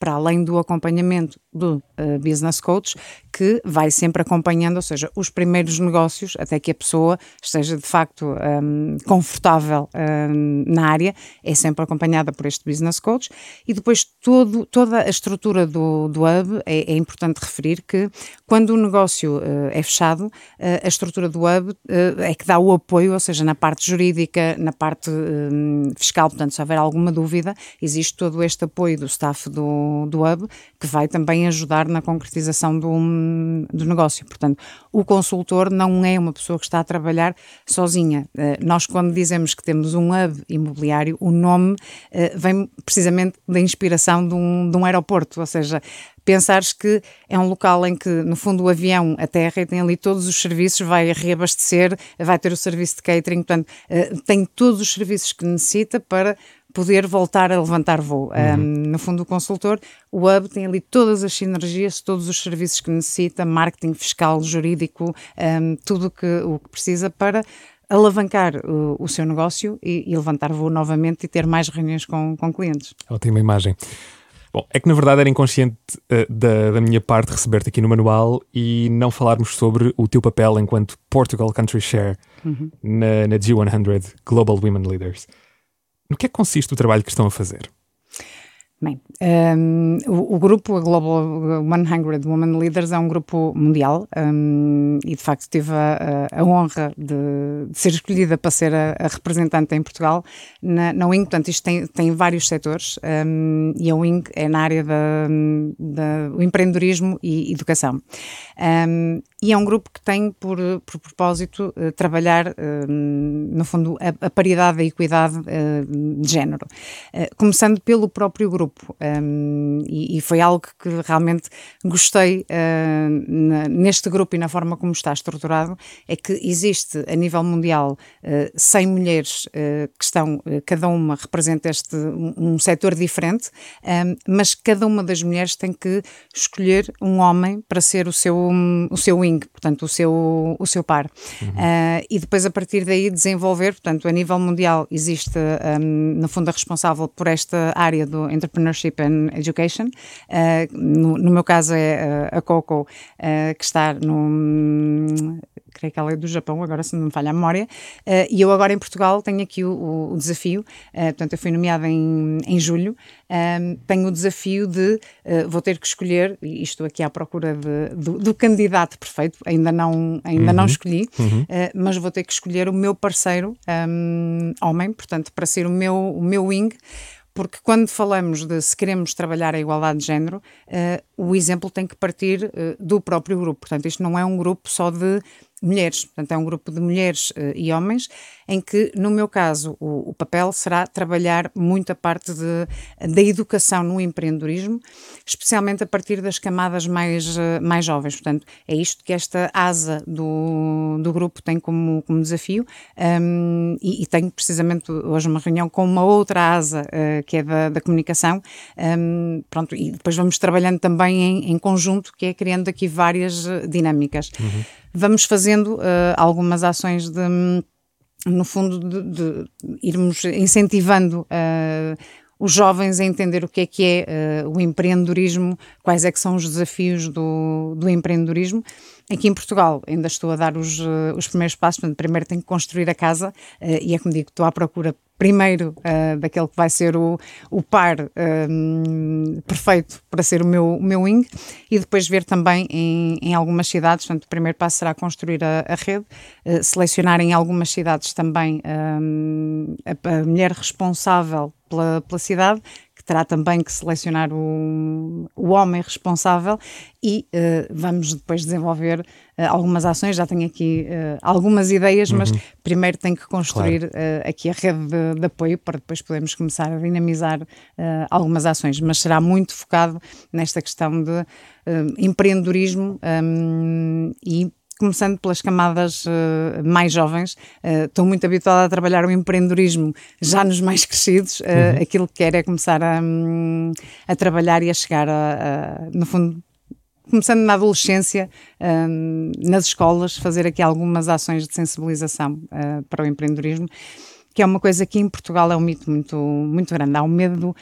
para além do acompanhamento do uh, business coach, que vai sempre acompanhando, ou seja, os primeiros negócios, até que a pessoa esteja de facto um, confortável um, na área, é sempre acompanhada por este business coach. E depois todo, toda a estrutura do, do hub, é, é importante referir que quando o negócio uh, é fechado, uh, a estrutura do hub uh, é que dá o apoio, ou seja, na parte jurídica, na parte um, fiscal, portanto, se houver alguma dúvida, existe todo este apoio do staff do, do hub, que vai também ajudar na concretização do, do negócio. Portanto, o consultor não é uma pessoa que está a trabalhar sozinha. Uh, nós, quando dizemos que temos um hub imobiliário, o nome uh, vem precisamente da inspiração de um, de um aeroporto, ou seja, pensares que é um local em que, no fundo, o avião, a terra, e tem ali todos os serviços, vai reabastecer, vai ter o serviço de catering, portanto, uh, tem todos os serviços que necessita para poder voltar a levantar voo. Uhum. Um, no fundo, o consultor, o hub tem ali todas as sinergias, todos os serviços que necessita, marketing, fiscal, jurídico, um, tudo que, o que precisa para alavancar o, o seu negócio e, e levantar voo novamente e ter mais reuniões com, com clientes. Ótima imagem. Bom, é que na verdade era inconsciente uh, da, da minha parte receber-te aqui no manual e não falarmos sobre o teu papel enquanto Portugal Country Share uhum. na, na G cem Global Women Leaders. No que é que consiste o trabalho que estão a fazer? Bem, um, o, o grupo, a Global cem Women Leaders, é um grupo mundial um, e de facto tive a, a honra de, de ser escolhida para ser a, a representante em Portugal na, na W I N G. Portanto, isto tem, tem vários setores um, e a W I N G é na área do empreendedorismo e educação. Um, e é um grupo que tem por, por propósito uh, trabalhar, uh, no fundo, a, a paridade e a equidade uh, de género. Uh, começando pelo próprio grupo. Um, e, e foi algo que realmente gostei uh, na, neste grupo e na forma como está estruturado, é que existe a nível mundial uh, cem mulheres uh, que estão, uh, cada uma representa este, um, um setor diferente, um, mas cada uma das mulheres tem que escolher um homem para ser o seu, um, o seu wing, portanto o seu, o seu par. Uhum. Uh, e depois a partir daí desenvolver, portanto a nível mundial existe um, no fundo a responsável por esta área do Entrepreneurship and Education, uh, no, no meu caso é uh, a Coco, uh, que está no, creio que ela é do Japão, agora se não me falha a memória, uh, e eu agora em Portugal tenho aqui o, o desafio, uh, portanto eu fui nomeada em, em julho, um, tenho o desafio de, uh, vou ter que escolher, e estou aqui à procura de, do, do candidato perfeito, ainda não, ainda uhum. não escolhi, uhum. uh, mas vou ter que escolher o meu parceiro, um, homem, portanto para ser o meu, o meu wing, porque quando falamos de se queremos trabalhar a igualdade de género, uh, o exemplo tem que partir uh, do próprio grupo. Portanto, isto não é um grupo só de mulheres, portanto é um grupo de mulheres uh, e homens, em que, no meu caso, o, o papel será trabalhar muito a parte de, da educação no empreendedorismo, especialmente a partir das camadas mais, uh, mais jovens. Portanto, é isto que esta asa do, do grupo tem como, como desafio, um, e, e tenho precisamente hoje uma reunião com uma outra asa, uh, que é da, da comunicação, um, pronto, e depois vamos trabalhando também em, em conjunto, que é criando aqui várias uh, dinâmicas. Uhum. Vamos fazendo uh, algumas ações de, no fundo, de, de irmos incentivando uh, os jovens a entender o que é que é uh, o empreendedorismo, quais é que são os desafios do, do empreendedorismo. Aqui em Portugal ainda estou a dar os, uh, os primeiros passos, portanto, primeiro tenho que construir a casa, uh, e é como digo, estou à procura primeiro uh, daquele que vai ser o, o par um, perfeito para ser o meu, o meu wing, e depois ver também em, em algumas cidades, portanto o primeiro passo será construir a, a rede, uh, selecionar em algumas cidades também um, a, a mulher responsável pela, pela cidade, que terá também que selecionar o, o homem responsável, e uh, vamos depois desenvolver uh, algumas ações. Já tenho aqui uh, algumas ideias, uhum. mas primeiro tenho que construir claro. uh, aqui a rede de, de apoio para depois podermos começar a dinamizar uh, algumas ações, mas será muito focado nesta questão de uh, empreendedorismo um, e começando pelas camadas uh, mais jovens. Uh, estou muito habituada a trabalhar o empreendedorismo já nos mais crescidos. Uh, uhum. Aquilo que quero é começar a, um, a trabalhar e a chegar a, a, no fundo, começando na adolescência, um, nas escolas, fazer aqui algumas ações de sensibilização uh, para o empreendedorismo, que é uma coisa que em Portugal é um mito muito, muito grande. Há um medo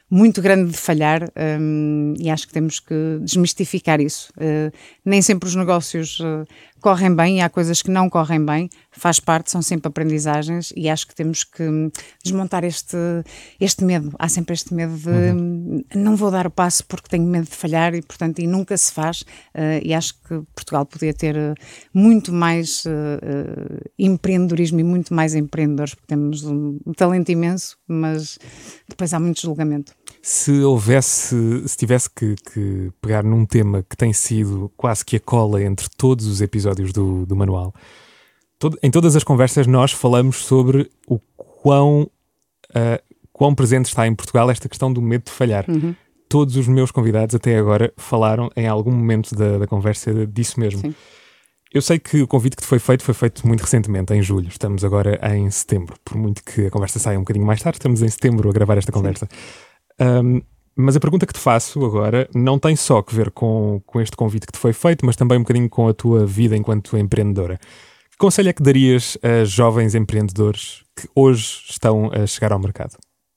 muito grande de falhar, um, e acho que temos que desmistificar isso. Uh, nem sempre os negócios uh, correm bem, e há coisas que não correm bem, faz parte, são sempre aprendizagens, e acho que temos que desmontar este, este medo. Há sempre este medo de uhum. não vou dar o passo porque tenho medo de falhar, e portanto e nunca se faz, uh, e acho que Portugal podia ter uh, muito mais uh, uh, empreendedorismo e muito mais empreendedores, porque temos um, um talento imenso, mas depois há muito julgamento. Se houvesse, se tivesse que, que pegar num tema que tem sido quase que a cola entre todos os episódios do, do manual, todo, em todas as conversas nós falamos sobre o quão, uh, quão presente está em Portugal esta questão do medo de falhar. Uhum. Todos os meus convidados até agora falaram em algum momento da, da conversa disso mesmo. Sim. Eu sei que o convite que te foi feito foi feito muito recentemente, em julho. Estamos agora em setembro. Por muito que a conversa saia um bocadinho mais tarde, estamos em setembro a gravar esta conversa. Um, mas a pergunta que te faço agora não tem só a ver com, com este convite que te foi feito, mas também um bocadinho com a tua vida enquanto empreendedora. Que conselho é que darias a jovens empreendedores que hoje estão a chegar ao mercado?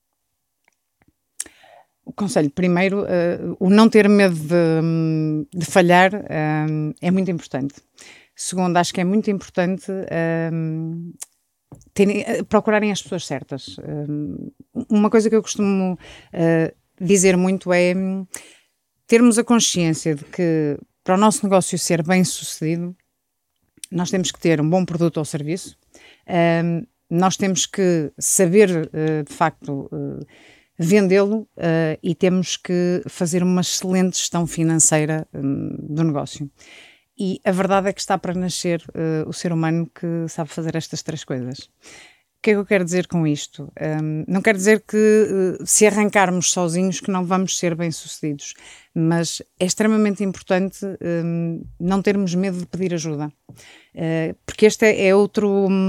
O conselho, primeiro, uh, o não ter medo de, de falhar uh, é muito importante. Segundo, acho que é muito importante uh, terem, uh, procurarem as pessoas certas. Uh, uma coisa que eu costumo uh, dizer muito é um, termos a consciência de que para o nosso negócio ser bem sucedido, nós temos que ter um bom produto ou serviço, uh, nós temos que saber, uh, de facto, uh, vendê-lo uh, e temos que fazer uma excelente gestão financeira um, do negócio. E a verdade é que está para nascer uh, o ser humano que sabe fazer estas três coisas. O que é que eu quero dizer com isto? Um, não quero dizer que uh, se arrancarmos sozinhos que não vamos ser bem-sucedidos, mas é extremamente importante um, não termos medo de pedir ajuda. Uh, porque este é, é outro,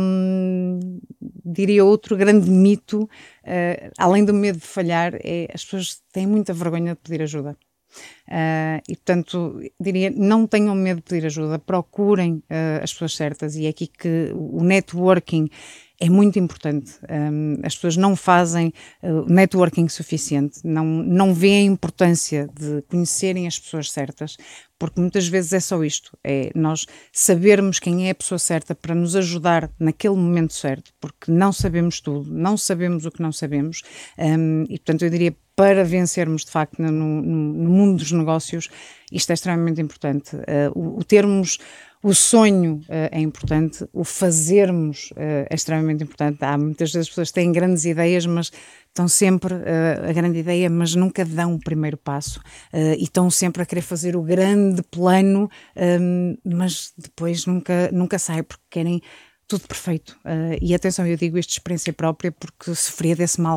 hum, diria outro grande mito, uh, além do medo de falhar, é as pessoas têm muita vergonha de pedir ajuda. Uh, e portanto, diria, não tenham medo de pedir ajuda, procurem uh, as pessoas certas, e é aqui que o networking é muito importante. Um, as pessoas não fazem uh, networking suficiente, não, não veem a importância de conhecerem as pessoas certas, porque muitas vezes é só isto, é nós sabermos quem é a pessoa certa para nos ajudar naquele momento certo, porque não sabemos tudo, não sabemos o que não sabemos, um, e portanto eu diria, para vencermos de facto no, no, no mundo dos negócios, isto é extremamente importante. Uh, o, o termos o sonho uh, é importante, o fazermos uh, é extremamente importante. Há muitas vezes pessoas que têm grandes ideias, mas estão sempre uh, a grande ideia, mas nunca dão o primeiro passo, uh, e estão sempre a querer fazer o grande plano, um, mas depois nunca, nunca sai, porque querem tudo perfeito. Uh, e atenção, eu digo isto de experiência própria porque sofria desse mal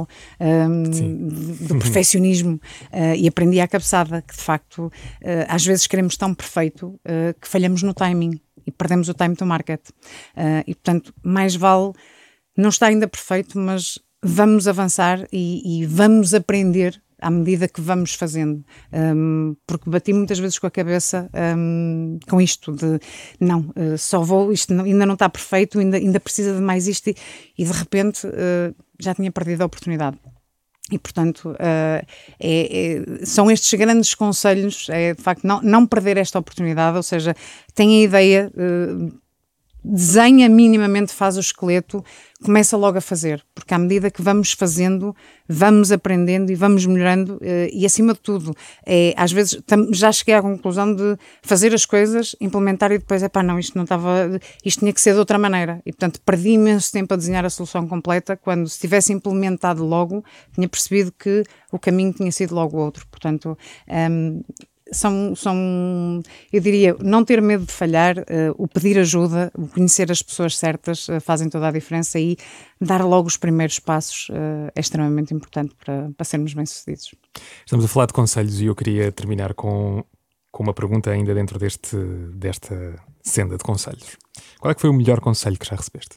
um, do perfeccionismo uh, e aprendi à cabeçada que de facto uh, às vezes queremos tão perfeito uh, que falhamos no timing e perdemos o time to market. Uh, e portanto, mais vale não está ainda perfeito, mas vamos avançar e, e vamos aprender à medida que vamos fazendo, um, porque bati muitas vezes com a cabeça um, com isto de não, uh, só vou, isto não, ainda não está perfeito, ainda, ainda precisa de mais isto, e, e de repente uh, já tinha perdido a oportunidade. E portanto uh, é, é, são estes grandes conselhos, é de facto não, não perder esta oportunidade, ou seja, tenha a ideia, uh, desenha minimamente, faz o esqueleto, começa logo a fazer, porque à medida que vamos fazendo, vamos aprendendo e vamos melhorando, e acima de tudo, é, às vezes já cheguei à conclusão de fazer as coisas, implementar e depois, epá, não, isto não estava, isto tinha que ser de outra maneira, e portanto perdi imenso tempo a desenhar a solução completa, quando se tivesse implementado logo, tinha percebido que o caminho tinha sido logo outro. Portanto, um, São, são, eu diria, não ter medo de falhar, uh, o pedir ajuda, o conhecer as pessoas certas uh, fazem toda a diferença, e dar logo os primeiros passos uh, é extremamente importante para, para sermos bem-sucedidos. Estamos a falar de conselhos e eu queria terminar com, com uma pergunta ainda dentro deste, desta senda de conselhos. Qual é que foi o melhor conselho que já recebeste?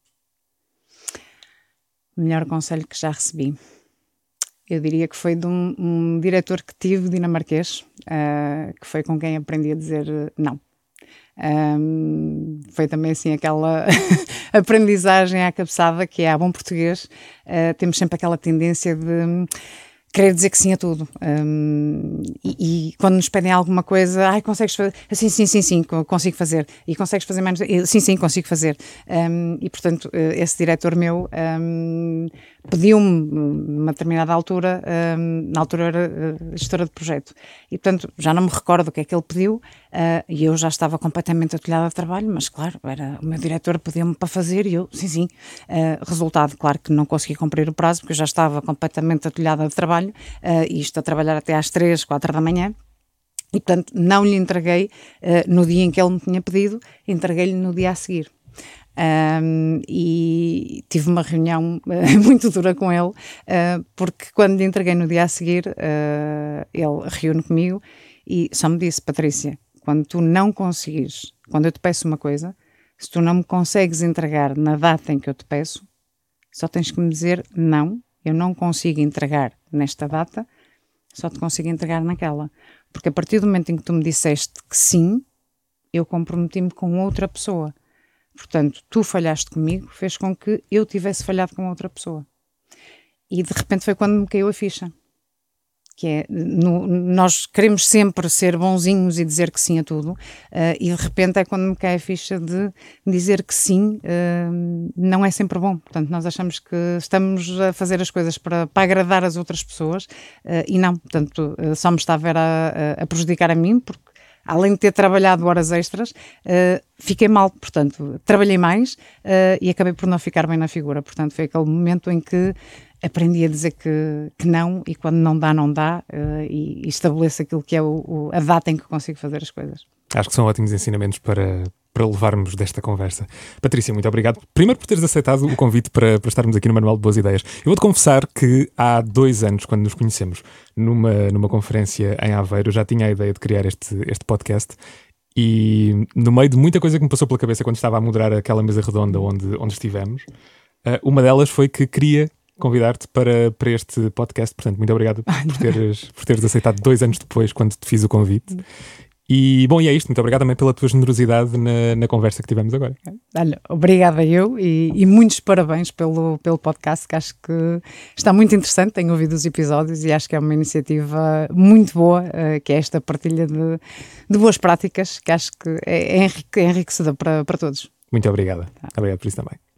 O melhor conselho que já recebi? Eu diria que foi de um, um diretor que tive, dinamarquês, uh, que foi com quem aprendi a dizer não. Um, foi também assim aquela aprendizagem à cabeçada, que é, a bom português, uh, temos sempre aquela tendência de querer dizer que sim a tudo. Um, e, e quando nos pedem alguma coisa, ai, consegues fazer? Sim, sim, sim, sim, consigo fazer. E consegues fazer menos? Sim, sim, consigo fazer. Um, e, portanto, esse diretor meu um, pediu-me, numa determinada altura, um, na altura era gestora de projeto, e, portanto, já não me recordo o que é que ele pediu, uh, e eu já estava completamente atolhada de trabalho, mas, claro, era, o meu diretor pediu-me para fazer, e eu, sim, sim. Uh, resultado, claro que não consegui cumprir o prazo, porque eu já estava completamente atolhada de trabalho, Uh, e isto a trabalhar até às três, quatro da manhã, e portanto não lhe entreguei uh, no dia em que ele me tinha pedido, entreguei-lhe no dia a seguir. Um, e tive uma reunião uh, muito dura com ele, uh, porque quando lhe entreguei no dia a seguir, uh, ele reúne comigo e só me disse: Patrícia, quando tu não conseguires, quando eu te peço uma coisa, se tu não me consegues entregar na data em que eu te peço, só tens que me dizer não. Eu não consigo entregar nesta data, só te consigo entregar naquela. Porque a partir do momento em que tu me disseste que sim, eu comprometi-me com outra pessoa. Portanto, tu falhaste comigo, fez com que eu tivesse falhado com outra pessoa. E de repente foi quando me caiu a ficha. Que é, no, nós queremos sempre ser bonzinhos e dizer que sim a tudo, uh, e de repente é quando me cai a ficha de dizer que sim, uh, não é sempre bom. Portanto, nós achamos que estamos a fazer as coisas para, para agradar as outras pessoas, uh, e não, portanto, uh, só me está a ver a, a, a prejudicar a mim, porque além de ter trabalhado horas extras, uh, fiquei mal, portanto, trabalhei mais uh, e acabei por não ficar bem na figura. Portanto, foi aquele momento em que aprendi a dizer que, que não, e quando não dá, não dá, uh, e, e estabeleço aquilo que é o, o, a data em que consigo fazer as coisas. Acho que são ótimos ensinamentos para, para levarmos desta conversa. Patrícia, muito obrigado. Primeiro por teres aceitado o convite para, para estarmos aqui no Manual de Boas Ideias. Eu vou-te confessar que há dois anos, quando nos conhecemos, numa, numa conferência em Aveiro, eu já tinha a ideia de criar este, este podcast. E no meio de muita coisa que me passou pela cabeça quando estava a moderar aquela mesa redonda onde, onde estivemos, uh, uma delas foi que queria convidar-te para, para este podcast. Portanto, muito obrigado por teres, por teres aceitado dois anos depois, quando te fiz o convite. E, bom, e é isto. Muito obrigado também pela tua generosidade na, na conversa que tivemos agora. Olha, obrigada eu, e, e muitos parabéns pelo, pelo podcast, que acho que está muito interessante. Tenho ouvido os episódios e acho que é uma iniciativa muito boa, uh, que é esta partilha de, de boas práticas, que acho que é, é enriquecedor para, para todos. Muito obrigada. Tá. Obrigado por isso também.